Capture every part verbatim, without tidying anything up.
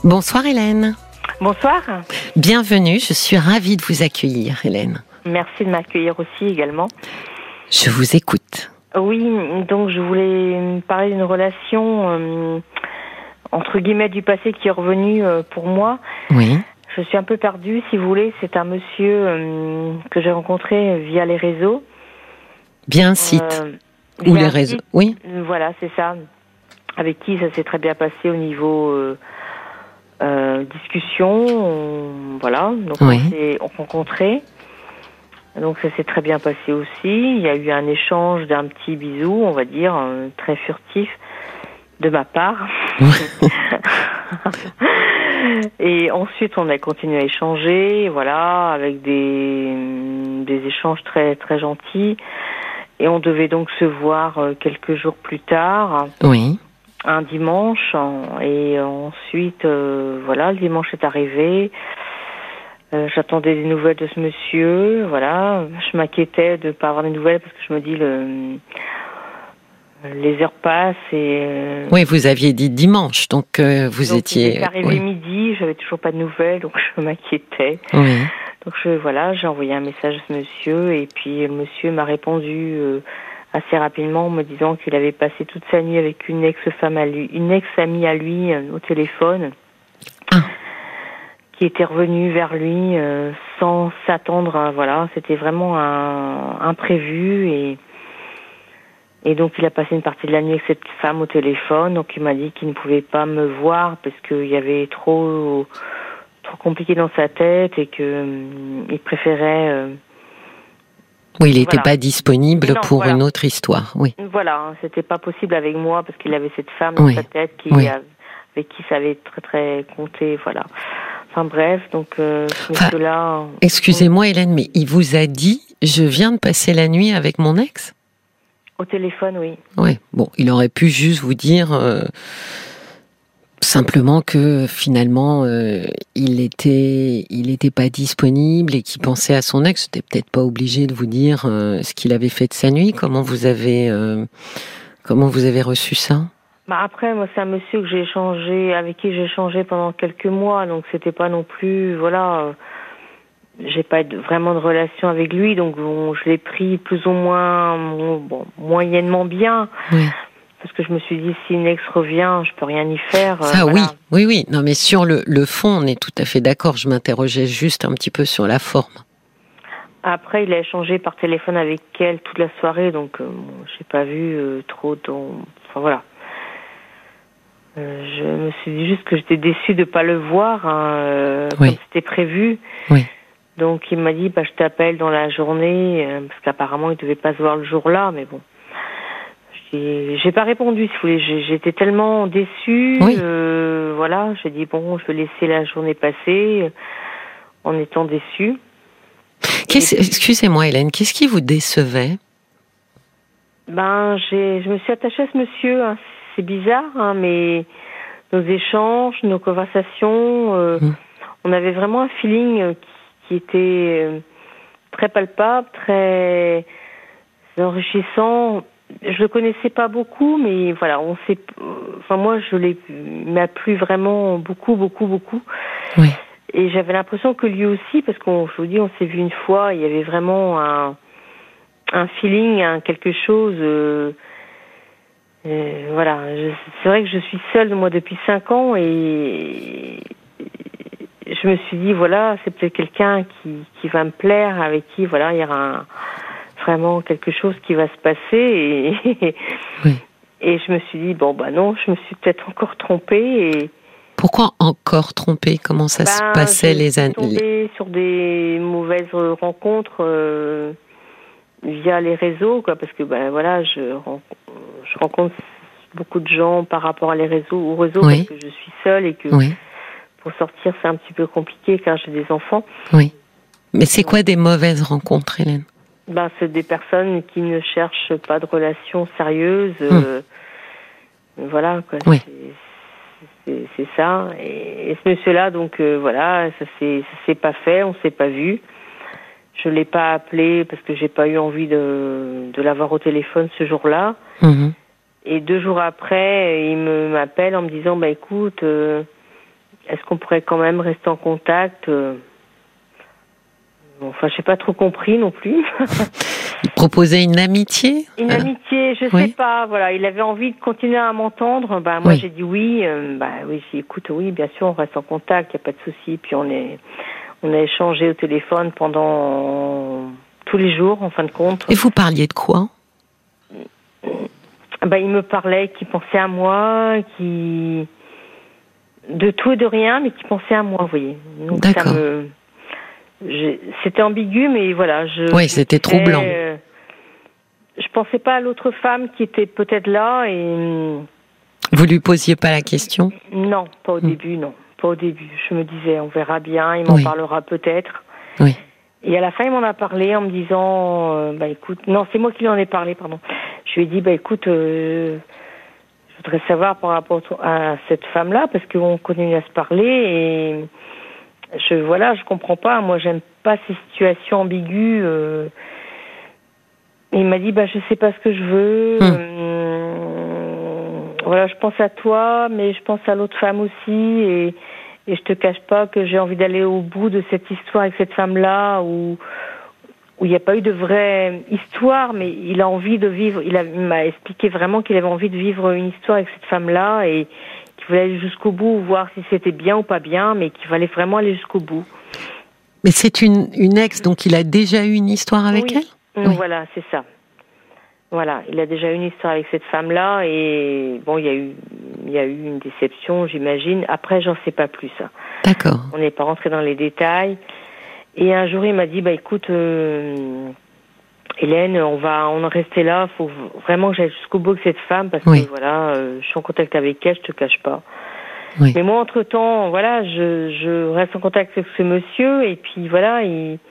Bonsoir Hélène. Bonsoir. Bienvenue, je suis ravie de vous accueillir Hélène. Merci de m'accueillir aussi également. Je vous écoute. Oui, donc je voulais parler d'une relation euh, entre guillemets du passé qui est revenue euh, pour moi. Oui. Je suis un peu perdue, si vous voulez. C'est un monsieur euh, que j'ai rencontré via les réseaux. Bien un site. Euh, Ou les réseaux, site, oui. Voilà, c'est ça. Avec qui ça s'est très bien passé au niveau euh, euh, discussion. On, voilà, donc oui. on s'est rencontrés. Donc ça s'est très bien passé aussi. Il y a eu un échange d'un petit bisou, on va dire, euh, très furtif de ma part. Et ensuite, on a continué à échanger, voilà, avec des, des échanges très très gentils. Et on devait donc se voir quelques jours plus tard. Oui. Un dimanche. Et ensuite, euh, voilà, le dimanche est arrivé. Euh, j'attendais des nouvelles de ce monsieur, voilà. Je m'inquiétais de ne pas avoir des nouvelles parce que je me dis le les heures passent et. Euh... Oui, vous aviez dit dimanche, donc euh, vous donc, étiez. Il est arrivé oui. midi, j'avais toujours pas de nouvelles, donc je m'inquiétais. Oui. Donc je voilà, j'ai envoyé un message à ce monsieur et puis le monsieur m'a répondu euh, assez rapidement en me disant qu'il avait passé toute sa nuit avec une ex-femme à lui, une ex-amie à lui euh, au téléphone. Ah. Qui était revenu vers lui euh, sans s'attendre, à, voilà, c'était vraiment un imprévu et et donc il a passé une partie de la nuit avec cette femme au téléphone, donc il m'a dit qu'il ne pouvait pas me voir parce qu'il y avait trop trop compliqué dans sa tête et que euh, il préférait. Euh, oui, il n'était voilà. pas disponible non, pour voilà. une autre histoire. Oui. Voilà, c'était pas possible avec moi parce qu'il avait cette femme oui. dans sa tête qui oui. a, avec qui ça avait très très compté, voilà. Enfin bref, donc euh, ce enfin, monsieur-là... Excusez-moi on... Hélène, mais il vous a dit « Je viens de passer la nuit avec mon ex » ? Au téléphone, oui. Oui, bon, il aurait pu juste vous dire euh, simplement que finalement, euh, il était, il était pas disponible et qu'il pensait à son ex. C'était peut-être pas obligé de vous dire euh, ce qu'il avait fait de sa nuit. Comment vous avez, euh, comment vous avez reçu ça ? Bah après, moi, c'est un monsieur que j'ai échangé, avec qui j'ai échangé pendant quelques mois, donc c'était pas non plus, voilà, euh, j'ai pas de, vraiment de relation avec lui, donc bon, je l'ai pris plus ou moins, bon, moyennement bien, oui. parce que je me suis dit, si une ex revient, je peux rien y faire. Ça, euh, oui, voilà. oui, oui, non, mais sur le, le fond, on est tout à fait d'accord, je m'interrogeais juste un petit peu sur la forme. Après, il a échangé par téléphone avec elle toute la soirée, donc euh, bon, j'ai pas vu euh, trop, dans... enfin voilà. Euh, je me suis dit juste que j'étais déçue de pas le voir, hein, euh, oui. comme c'était prévu. Oui. Donc il m'a dit, bah, je t'appelle dans la journée, euh, parce qu'apparemment il devait pas se voir le jour-là, mais bon. J'ai, j'ai pas répondu, si vous voulez. J'ai, j'étais tellement déçue, oui. euh, voilà. J'ai dit bon, je vais laisser la journée passer, euh, en étant déçue. Qu'est-ce, Et... Excusez-moi Hélène, qu'est-ce qui vous décevait ? Ben, j'ai, je me suis attachée à ce monsieur. Hein. C'est bizarre, hein, mais nos échanges, nos conversations, euh, mmh. on avait vraiment un feeling qui, qui était très palpable, très enrichissant. Je le connaissais pas beaucoup, mais voilà, on s'est. Enfin, moi, je l'ai m'a plu vraiment beaucoup, beaucoup, beaucoup. Oui. Et j'avais l'impression que lui aussi, parce qu'on, je vous dis, on s'est vu une fois, il y avait vraiment un, un feeling, un quelque chose. Euh, Euh, voilà, je, c'est vrai que je suis seule moi depuis cinq ans et je me suis dit voilà, c'est peut-être quelqu'un qui, qui va me plaire, avec qui voilà, il y aura un, vraiment quelque chose qui va se passer et, oui. et je me suis dit bon bah non, je me suis peut-être encore trompée et pourquoi encore trompée ? Comment ça ben, se passait les années ? Je suis tombée sur des mauvaises rencontres euh, via les réseaux, quoi, parce que ben voilà, je, je rencontre beaucoup de gens par rapport à les réseaux, aux réseaux, oui. parce que je suis seule et que oui. pour sortir c'est un petit peu compliqué car j'ai des enfants. Oui. Mais c'est quoi des mauvaises rencontres, Hélène ? Ben c'est des personnes qui ne cherchent pas de relations sérieuses. Hum. Euh, voilà, quoi. Oui. C'est, c'est, c'est ça. Et, et ce monsieur-là, donc euh, voilà, ça s'est, ça s'est pas fait, on s'est pas vu. Je l'ai pas appelé parce que j'ai pas eu envie de, de l'avoir au téléphone ce jour-là. Mmh. Et deux jours après, il me m'appelle en me disant bah écoute, euh, est-ce qu'on pourrait quand même rester en contact euh... Enfin, j'ai pas trop compris non plus. Proposer une amitié. Une amitié, je oui. sais pas. Voilà, il avait envie de continuer à m'entendre. Bah moi, oui. j'ai dit oui. Euh, bah oui, j'ai dit, écoute, oui, bien sûr, on reste en contact, il y a pas de souci. Puis on est, on a échangé au téléphone pendant tous les jours, en fin de compte. Et vous parliez de quoi? Bah, il me parlait, qu'il pensait à moi, qui de tout et de rien, mais qui pensait à moi, vous voyez. Donc D'accord. ça me Je, c'était ambigu, mais voilà. Je, oui, c'était je troublant. Euh, je pensais pas à l'autre femme qui était peut-être là et. Vous lui posiez pas la question? Non, pas au mmh. début, non, pas au début. Je me disais, on verra bien, il m'en oui. parlera peut-être. Oui. Et à la fin, il m'en a parlé en me disant, euh, bah écoute, non, c'est moi qui lui en ai parlé, pardon. Je lui ai dit, bah écoute, euh, je voudrais savoir par rapport à cette femme-là, parce qu'on continue à se parler et. Je voilà, je comprends pas. Moi, j'aime pas ces situations ambiguës. Euh... Il m'a dit, bah, je sais pas ce que je veux. Mmh. Euh... Voilà, je pense à toi, mais je pense à l'autre femme aussi, et et je te cache pas que j'ai envie d'aller au bout de cette histoire avec cette femme-là, où où il n'y a pas eu de vraie histoire, mais il a envie de vivre. Il, a, il m'a expliqué vraiment qu'il avait envie de vivre une histoire avec cette femme-là et qu'il voulait aller jusqu'au bout, voir si c'était bien ou pas bien, mais qu'il fallait vraiment aller jusqu'au bout. Mais c'est une, une ex, donc il a déjà eu une histoire avec oui. elle? Oui, voilà, c'est ça. Voilà, il a déjà eu une histoire avec cette femme-là et bon, il y a eu, il y a eu une déception, j'imagine. Après, j'en sais pas plus. D'accord. On n'est pas rentré dans les détails. Et un jour, il m'a dit, bah écoute, euh, Hélène, on va, on en rester là. Faut vraiment que j'aille jusqu'au bout de cette femme parce oui. que voilà, euh, je suis en contact avec elle, je te cache pas. Oui. Mais moi, entre temps, voilà, je, je reste en contact avec ce monsieur et puis voilà, il,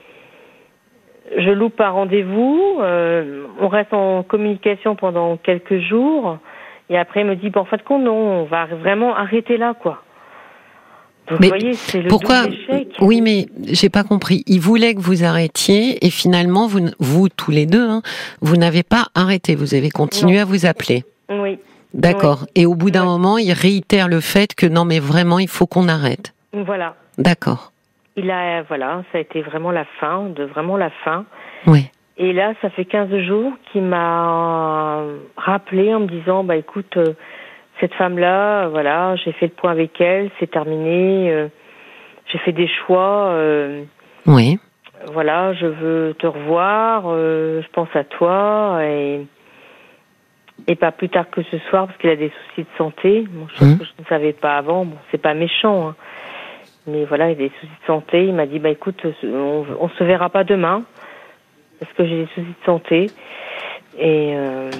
je loupe un rendez-vous. Euh, on reste en communication pendant quelques jours et après, il me dit, bon, en fin de compte, non, on va vraiment arrêter là, quoi. Donc, mais vous voyez, c'est le pourquoi double échec. Oui, mais j'ai pas compris. Il voulait que vous arrêtiez et finalement, vous, vous tous les deux, hein, vous n'avez pas arrêté. Vous avez continué non. à vous appeler. Oui. D'accord. Oui. Et au bout d'un oui. moment, il réitère le fait que non, mais vraiment, il faut qu'on arrête. Voilà. D'accord. Il a, voilà, ça a été vraiment la fin, de vraiment la fin. Oui. Et là, ça fait quinze jours qu'il m'a rappelé en me disant, bah écoute. Euh, Cette femme-là, voilà, j'ai fait le point avec elle, c'est terminé. Euh, j'ai fait des choix. Euh, oui. Voilà, je veux te revoir. Euh, je pense à toi et et pas plus tard que ce soir parce qu'il a des soucis de santé. Bon, chose mmh. que je ne savais pas avant. Bon, c'est pas méchant, hein. Mais voilà, il a des soucis de santé. Il m'a dit, bah écoute, on, on se verra pas demain parce que j'ai des soucis de santé et. Euh,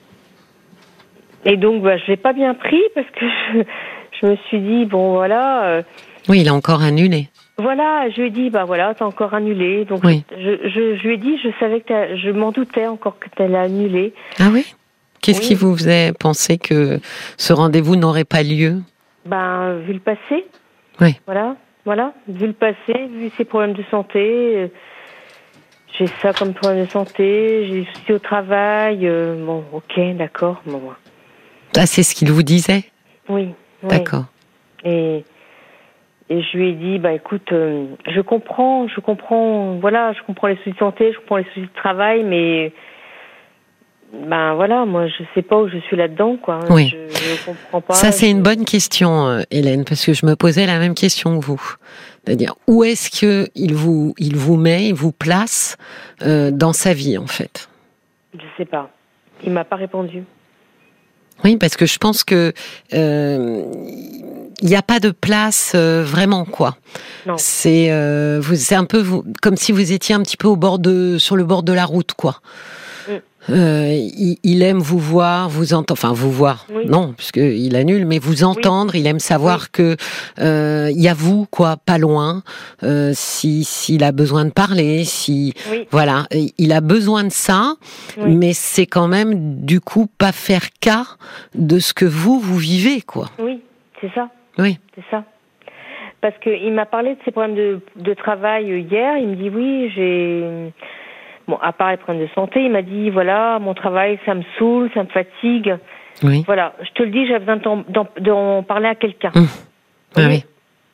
Et donc, bah, je l'ai pas bien pris parce que je, je me suis dit, bon, voilà. Euh, oui, il a encore annulé. Voilà, je lui ai dit, bah voilà, t'as encore annulé. Donc, oui. je, je, je lui ai dit, je savais que t'as, je m'en doutais encore que t'allais annuler. Ah oui? Qu'est-ce oui. qui vous faisait penser que ce rendez-vous n'aurait pas lieu? Ben, vu le passé. Oui. Voilà, voilà. Vu le passé, vu ses problèmes de santé. Euh, j'ai ça comme problème de santé, j'ai des soucis au travail. Euh, bon, ok, d'accord. Bon, ah, c'est ce qu'il vous disait? Oui. oui. D'accord. Et, et je lui ai dit, bah écoute, euh, je comprends, je comprends, voilà, je comprends les soucis de santé, je comprends les soucis de travail, mais ben voilà, moi je sais pas où je suis là-dedans, quoi. Oui. Je, je comprends pas. Ça, c'est je... une bonne question, euh, Hélène, parce que je me posais la même question que vous. C'est-à-dire, où est-ce que il vous, il vous met, il vous place euh, dans sa vie, en fait? Je sais pas. Il m'a pas répondu. Oui, parce que je pense que euh, il n'y a pas de place euh, vraiment, quoi. Non. C'est euh, vous, c'est un peu vous, comme si vous étiez un petit peu au bord de, sur le bord de la route, quoi. Mm. Euh, il, il aime vous voir, vous entendre, enfin vous voir, oui. non, puisque il annule, mais vous entendre. Oui. Il aime savoir oui. que euh, il y a vous, quoi, pas loin. Euh, si s'il a besoin de parler, si oui. voilà, il a besoin de ça, oui. mais c'est quand même du coup pas faire cas de ce que vous vous vivez, quoi. Oui, c'est ça. Oui, c'est ça. Parce que il m'a parlé de ses problèmes de, de travail hier. Il me dit oui, j'ai Bon, à part les problèmes de santé, il m'a dit, voilà, mon travail, ça me saoule, ça me fatigue. Oui. Voilà, je te le dis, j'ai besoin d'en, d'en, d'en parler à quelqu'un. Mmh. Ah oui.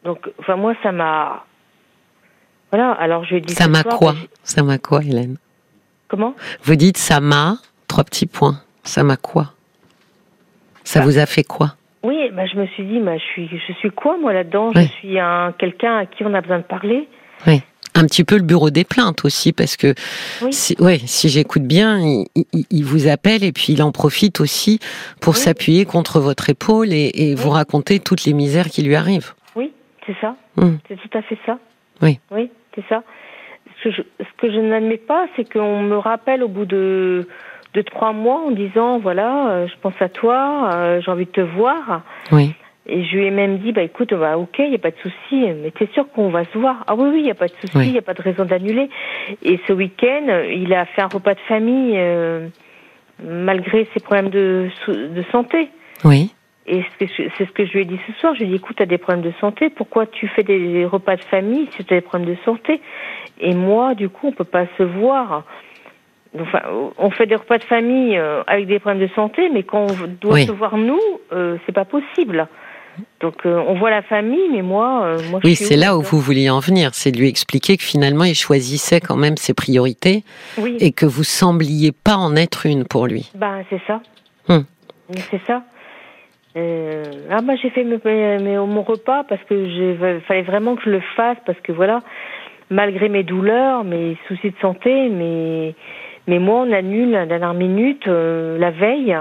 Donc, enfin, moi, ça m'a... Voilà, alors je lui ai dit... Ça m'a soir, quoi ben, Ça m'a quoi, Hélène? Comment? Vous dites ça m'a, trois petits points. Ça m'a quoi? Ça bah, vous a fait quoi? Oui, bah, je me suis dit, bah, je suis, je suis quoi, moi, là-dedans? Oui. Je suis un, quelqu'un à qui on a besoin de parler. Oui. Un petit peu le bureau des plaintes aussi, parce que oui. si, ouais, si j'écoute bien, il, il, il vous appelle et puis il en profite aussi pour oui. s'appuyer contre votre épaule et, et oui. vous raconter toutes les misères qui lui arrivent. Oui, c'est ça. Hum. C'est tout à fait ça. Oui. Oui, c'est ça. Ce que je, ce que je n'admets pas, c'est qu'on me rappelle au bout de, de trois mois en disant, voilà, euh, je pense à toi, euh, j'ai envie de te voir. Oui. Et je lui ai même dit, bah écoute, bah ok, il n'y a pas de souci, mais t'es sûr qu'on va se voir? Ah oui, oui, il n'y a pas de souci, il oui. n'y a pas de raison d'annuler. Et ce week-end, il a fait un repas de famille, euh, malgré ses problèmes de, de santé. Oui. Et c'est ce que je lui ai dit ce soir. Je lui ai dit, écoute, tu as des problèmes de santé, pourquoi tu fais des repas de famille si tu as des problèmes de santé? Et moi, du coup, on peut pas se voir. Enfin, on fait des repas de famille euh, avec des problèmes de santé, mais quand on doit oui. se voir nous, euh, c'est pas possible. Donc, euh, on voit la famille, mais moi, euh, moi oui, je suis c'est où, là où vous vouliez en venir, c'est de lui expliquer que finalement, il choisissait quand même ses priorités oui. et que vous sembliez pas en être une pour lui. Ben, c'est ça. Hum. C'est ça. Euh, ah bah j'ai fait mes, mes, mon repas parce que il fallait vraiment que je le fasse parce que voilà, malgré mes douleurs, mes soucis de santé, mais mais moi on annule à la dernière minute euh, la veille.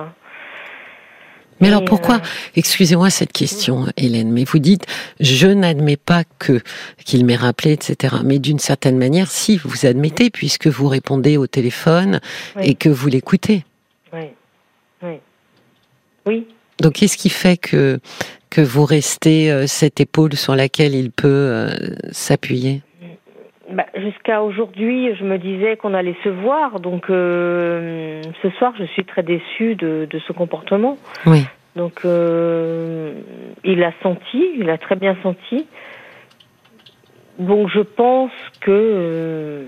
Mais et alors pourquoi, euh... excusez-moi cette question, Hélène, mais vous dites, je n'admets pas que qu'il m'ait rappelé, et cetera. Mais d'une certaine manière, si, vous admettez, puisque vous répondez au téléphone oui. et que vous l'écoutez. Oui, oui, oui. Donc qu'est-ce qui fait que, que vous restez euh, cette épaule sur laquelle il peut euh, s'appuyer? Bah, jusqu'à aujourd'hui, je me disais qu'on allait se voir, donc euh, ce soir, je suis très déçue de, de ce comportement. Oui. Donc, euh, il a senti, il a très bien senti. Donc, je pense que euh,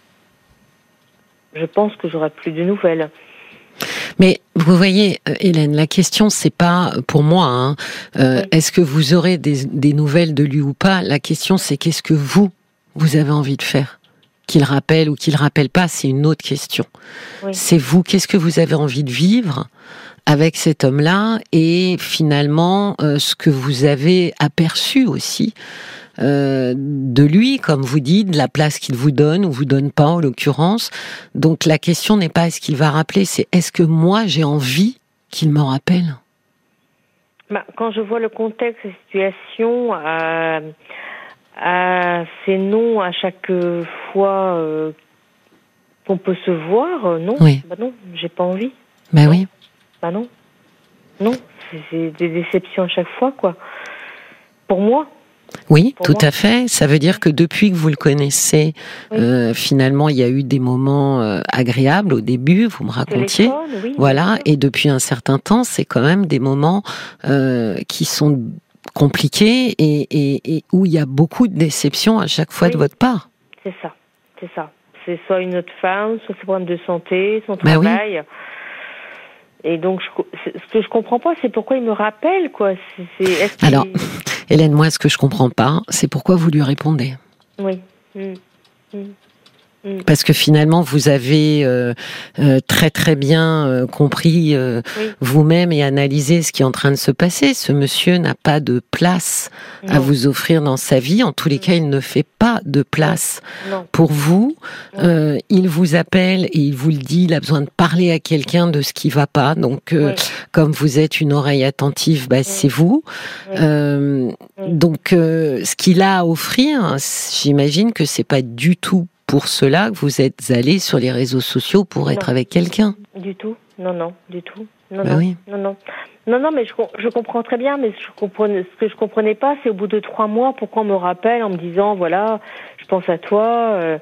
je pense que j'aurai plus de nouvelles. Mais vous voyez, Hélène, la question c'est pas pour moi. Hein, euh, oui. Est-ce que vous aurez des, des nouvelles de lui ou pas? La question c'est qu'est-ce que vous vous avez envie de faire? Qu'il rappelle ou qu'il rappelle pas, c'est une autre question. Oui. C'est vous, qu'est-ce que vous avez envie de vivre avec cet homme-là et finalement euh, ce que vous avez aperçu aussi euh, de lui, comme vous dites, de la place qu'il vous donne ou vous donne pas en l'occurrence. Donc la question n'est pas est-ce qu'il va rappeler, c'est est-ce que moi j'ai envie qu'il me rappelle? Bah, quand je vois le contexte, la situation, euh, euh, c'est non à chaque fois euh, qu'on peut se voir, euh, non. Oui. Bah non, j'ai pas envie. Bah non. oui. Bah non. Non, c'est, c'est des déceptions à chaque fois, quoi. Pour moi. Oui, Pour tout moi. à fait. Ça veut dire que depuis que vous le connaissez, oui. euh, finalement, il y a eu des moments euh, agréables au début, vous me racontiez. Téléphone, oui, voilà, et depuis un certain temps, c'est quand même des moments euh, qui sont compliqués et, et, et où il y a beaucoup de déceptions à chaque fois oui. de votre part. C'est ça, c'est ça. C'est soit une autre femme, soit ses problèmes de santé, son bah travail. Oui. Et donc, je, ce que je comprends pas, c'est pourquoi il me rappelle, quoi. C'est, c'est, est-ce Alors, qu'il... Hélène, moi, ce que je comprends pas, c'est pourquoi vous lui répondez. Oui. Mmh. Mmh. Parce que finalement, vous avez euh, euh, très très bien euh, compris euh, oui. vous-même et analysé ce qui est en train de se passer. Ce monsieur n'a pas de place non. à vous offrir dans sa vie. En tous les cas, il ne fait pas de place non. Non. pour vous. Euh, il vous appelle et il vous le dit. Il a besoin de parler à quelqu'un de ce qui va pas. Donc, euh, oui. comme vous êtes une oreille attentive, bah, oui. c'est vous. Oui. Euh, oui. Donc, euh, ce qu'il a à offrir, j'imagine que c'est pas du tout pour cela que vous êtes allé sur les réseaux sociaux pour non. être avec quelqu'un. Du tout, non, non, du tout. Non, bah non, oui. non, non. Non, non, mais je, je comprends très bien, mais je comprenais, ce que je comprenais pas, c'est au bout de trois mois, pourquoi on me rappelle en me disant, voilà, je pense à toi, euh,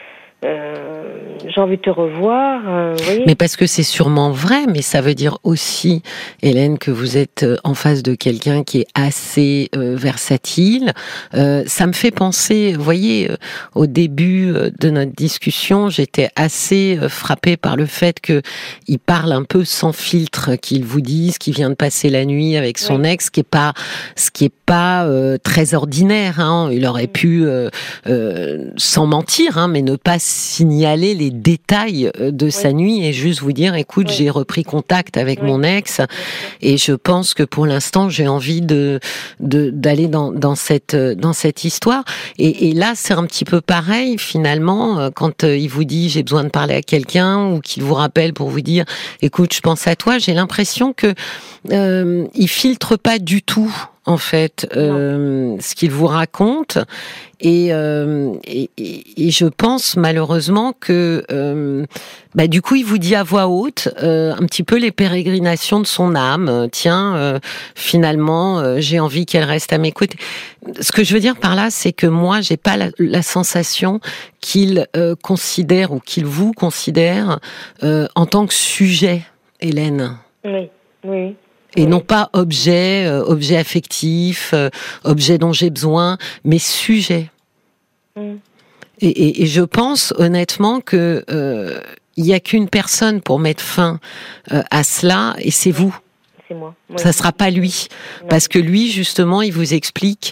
euh, j'ai envie de te revoir. Euh, vous voyez. Mais parce que c'est sûrement vrai, mais ça veut dire aussi, Hélène, que vous êtes en face de quelqu'un qui est assez euh, versatile. Euh, ça me fait penser, vous voyez, euh, au début de notre discussion, j'étais assez euh, frappée par le fait que il parle un peu sans filtre, qu'il vous dise qu'il vient de passer la nuit avec son oui. ex, ce qui est pas, ce qui est pas euh, très ordinaire. Hein. Il aurait pu, euh, euh, sans mentir, hein, mais ne pas signaler les détails de oui. sa nuit et juste vous dire, écoute, oui. j'ai repris contact avec oui. mon ex et je pense que pour l'instant, j'ai envie de, de d'aller dans, dans cette dans cette histoire. Et, et là, c'est un petit peu pareil finalement quand il vous dit j'ai besoin de parler à quelqu'un ou qu'il vous rappelle pour vous dire, écoute, je pense à toi. J'ai l'impression que euh, il filtre pas du tout. En fait, euh, ce qu'il vous raconte, et, euh, et, et, et je pense malheureusement que, euh, bah, du coup, il vous dit à voix haute euh, un petit peu les pérégrinations de son âme. Tiens, euh, finalement, euh, j'ai envie qu'elle reste à mes côtés. Ce que je veux dire par là, c'est que moi, j'ai pas la, la sensation qu'il euh, considère ou qu'il vous considère euh, en tant que sujet, Hélène. Oui, oui. Et oui. non pas objet, euh, objet affectif, euh, objet dont j'ai besoin, mais sujet. Mm. Et, et, et je pense honnêtement que euh, il y a qu'une personne pour mettre fin euh, à cela, et c'est vous. C'est moi. Ouais. Ça sera pas lui, non. Parce que lui justement, il vous explique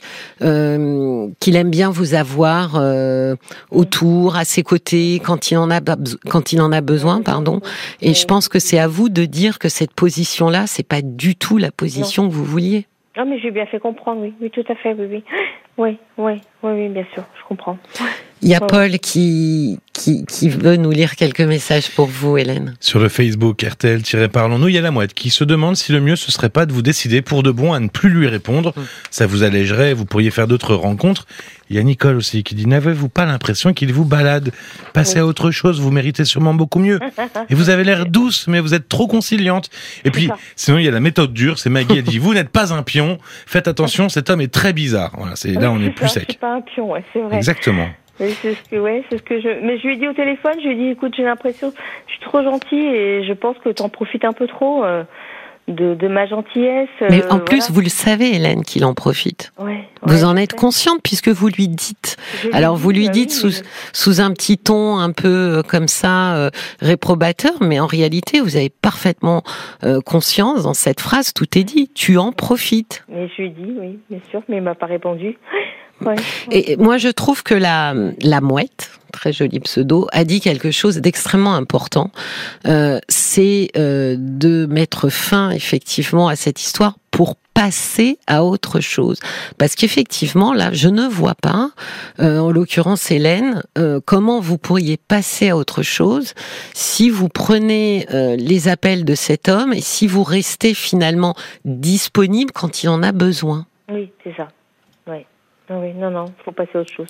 euh, qu'il aime bien vous avoir euh, autour, à ses côtés, quand il en a quand il en a besoin, pardon. Et je pense que c'est à vous de dire que cette position-là, c'est pas du tout la position non. que vous vouliez. Non, mais j'ai bien fait comprendre, oui, oui, tout à fait, oui, oui, oui, oui, oui, oui, bien sûr, je comprends. Il y a Paul qui, qui, qui veut nous lire quelques messages pour vous, Hélène. Sur le Facebook R T L-Parlons-nous, il y a la mouette qui se demande si le mieux ce serait pas de vous décider pour de bon à ne plus lui répondre. Mmh. Ça vous allégerait, vous pourriez faire d'autres rencontres. Il y a Nicole aussi qui dit, n'avez-vous pas l'impression qu'il vous balade? Passez oui. à autre chose, vous méritez sûrement beaucoup mieux. Et vous avez l'air douce, mais vous êtes trop conciliante. Et puis, sinon il y a la méthode dure, c'est Maggie, elle dit, vous n'êtes pas un pion, faites attention, cet homme est très bizarre. Voilà, c'est, là on est, est plus ça, sec. C'est pas un pion, ouais, c'est vrai. Exactement. Oui, c'est ce que, ouais, c'est ce que je. Mais je lui ai dit au téléphone, je lui ai dit, écoute, j'ai l'impression, je suis trop gentille et je pense que t'en profites un peu trop euh, de, de ma gentillesse. Euh, Mais en plus, voilà. vous le savez, Hélène, qu'il en profite. Ouais, vous ouais, en êtes consciente puisque vous lui dites. Je Alors vous lui bah dites oui, sous mais... sous un petit ton un peu comme ça euh, réprobateur, mais en réalité, vous avez parfaitement euh, conscience dans cette phrase, tout est dit. Tu en profites. Mais je lui ai dit, oui, bien sûr, mais il m'a pas répondu. Ouais, ouais. Et moi, je trouve que la, la mouette, très joli pseudo, a dit quelque chose d'extrêmement important. Euh, c'est euh, de mettre fin, effectivement, à cette histoire pour passer à autre chose. Parce qu'effectivement, là, je ne vois pas, euh, en l'occurrence Hélène, euh, comment vous pourriez passer à autre chose si vous prenez euh, les appels de cet homme et si vous restez finalement disponible quand il en a besoin. Oui, c'est ça. Oui. Oui, non, non, il faut passer à autre chose.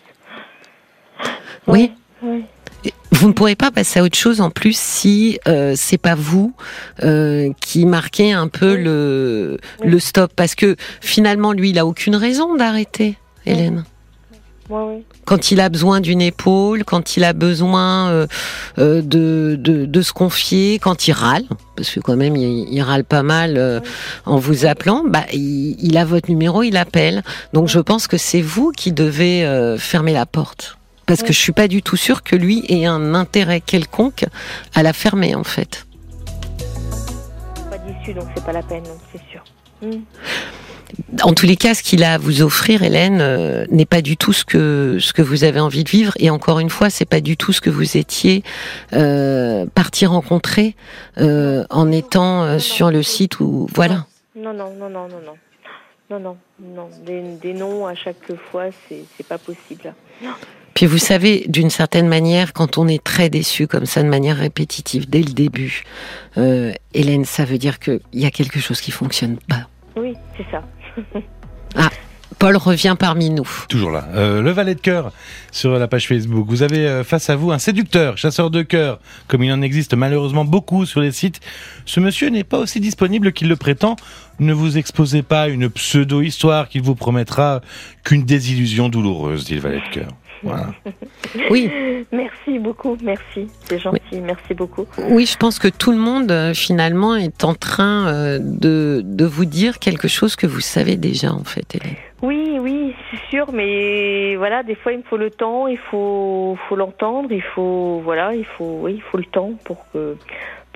Oui. Oui. Vous ne pourrez pas passer à autre chose en plus si euh, c'est pas vous euh, qui marquez un peu oui. le oui. le stop, parce que finalement lui il a aucune raison d'arrêter, oui. Hélène. Oui, oui. Quand il a besoin d'une épaule, quand il a besoin euh, euh, de, de de se confier, quand il râle, parce que quand même il, il râle pas mal euh, oui. en vous appelant, bah il, il a votre numéro, il appelle. Donc oui. je pense que c'est vous qui devez euh, fermer la porte. Parce oui. que je suis pas du tout sûre que lui ait un intérêt quelconque à la fermer, en fait. Pas d'issue, donc c'est pas la peine, donc c'est sûr. Mmh. En tous les cas, ce qu'il a à vous offrir, Hélène, euh, n'est pas du tout ce que ce que vous avez envie de vivre. Et encore une fois, c'est pas du tout ce que vous étiez euh, parti rencontrer euh, en étant euh, sur le site où voilà. Non, non, non, non, non, non. Non, non, non. Des, des noms à chaque fois, c'est, c'est pas possible. Non. Puis vous savez, d'une certaine manière, quand on est très déçu comme ça, de manière répétitive, dès le début, euh, Hélène, ça veut dire qu'il y a quelque chose qui fonctionne pas. Oui, c'est ça. Ah, Paul revient parmi nous. Toujours là. Euh, le valet de cœur sur la page Facebook. Vous avez euh, face à vous un séducteur, chasseur de cœur, comme il en existe malheureusement beaucoup sur les sites. Ce monsieur n'est pas aussi disponible qu'il le prétend. Ne vous exposez pas à une pseudo-histoire qu'il vous promettra qu'une désillusion douloureuse, dit le valet de cœur. Voilà. Oui. Merci beaucoup, merci. C'est gentil, oui. Merci beaucoup. Oui, je pense que tout le monde, euh, finalement, est en train euh, de, de vous dire quelque chose que vous savez déjà, en fait, Hélène. Oui, oui, c'est sûr, mais voilà, des fois, il me faut le temps, il faut, faut l'entendre, il faut, voilà, il faut, oui, il faut le temps pour que,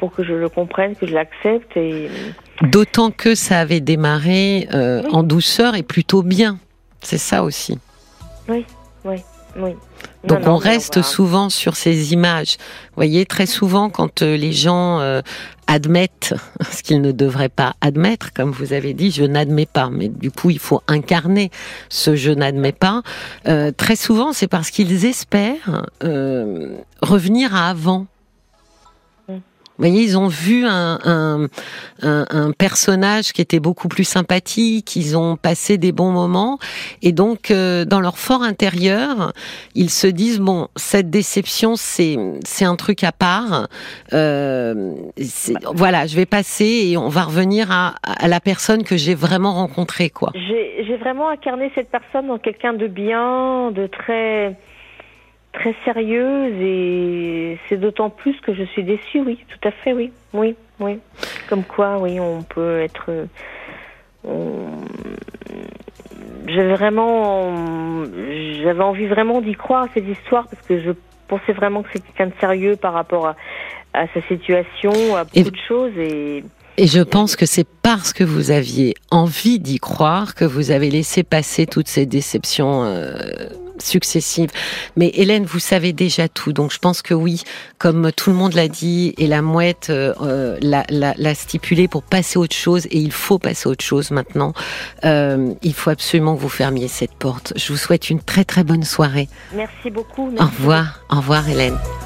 pour que je le comprenne, que je l'accepte. Et... D'autant que ça avait démarré euh, oui. en douceur et plutôt bien. C'est ça aussi. Oui, oui, oui. Donc non, non, on reste on va... souvent sur ces images. Vous voyez, très souvent quand euh, les gens euh, admettent ce qu'ils ne devraient pas admettre, comme vous avez dit, je n'admets pas, mais du coup il faut incarner ce je n'admets pas, euh, très souvent c'est parce qu'ils espèrent euh, revenir à avant. Vous voyez, ils ont vu un, un, un, un personnage qui était beaucoup plus sympathique, ils ont passé des bons moments, et donc euh, dans leur fort intérieur, ils se disent bon, cette déception c'est c'est un truc à part. Euh, voilà, je vais passer et on va revenir à, à la personne que j'ai vraiment rencontrée, quoi. J'ai, j'ai vraiment incarné cette personne dans quelqu'un de bien, de très très sérieuse, et c'est d'autant plus que je suis déçue, oui, tout à fait, oui, oui, oui. Comme quoi, oui, on peut être... On... J'avais vraiment... J'avais envie vraiment d'y croire à cette histoire, parce que je pensais vraiment que c'était quelqu'un de sérieux par rapport à, à sa situation, à beaucoup et... de choses, et... Et je pense que c'est parce que vous aviez envie d'y croire que vous avez laissé passer toutes ces déceptions euh, successives. Mais Hélène, vous savez déjà tout, donc je pense que oui, comme tout le monde l'a dit, et la mouette euh, l'a, l'a, l'a stipulé pour passer à autre chose, et il faut passer à autre chose maintenant. Euh, il faut absolument que vous fermiez cette porte. Je vous souhaite une très très bonne soirée. Merci beaucoup. Merci. Au revoir, au revoir Hélène.